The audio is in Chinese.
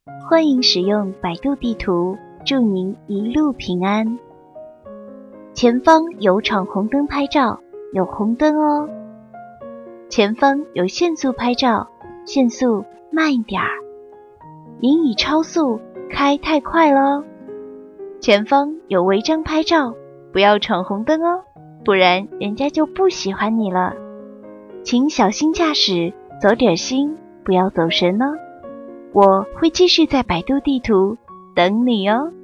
欢迎使用百度地图，祝您一路平安。前方有闯红灯拍照，有红灯哦。前方有限速拍照，限速慢一点儿。您已超速，开太快咯。前方有违章拍照，不要闯红灯哦，不然人家就不喜欢你了。请小心驾驶，走点心，不要走神哦。我会继续在百度地图等你哦。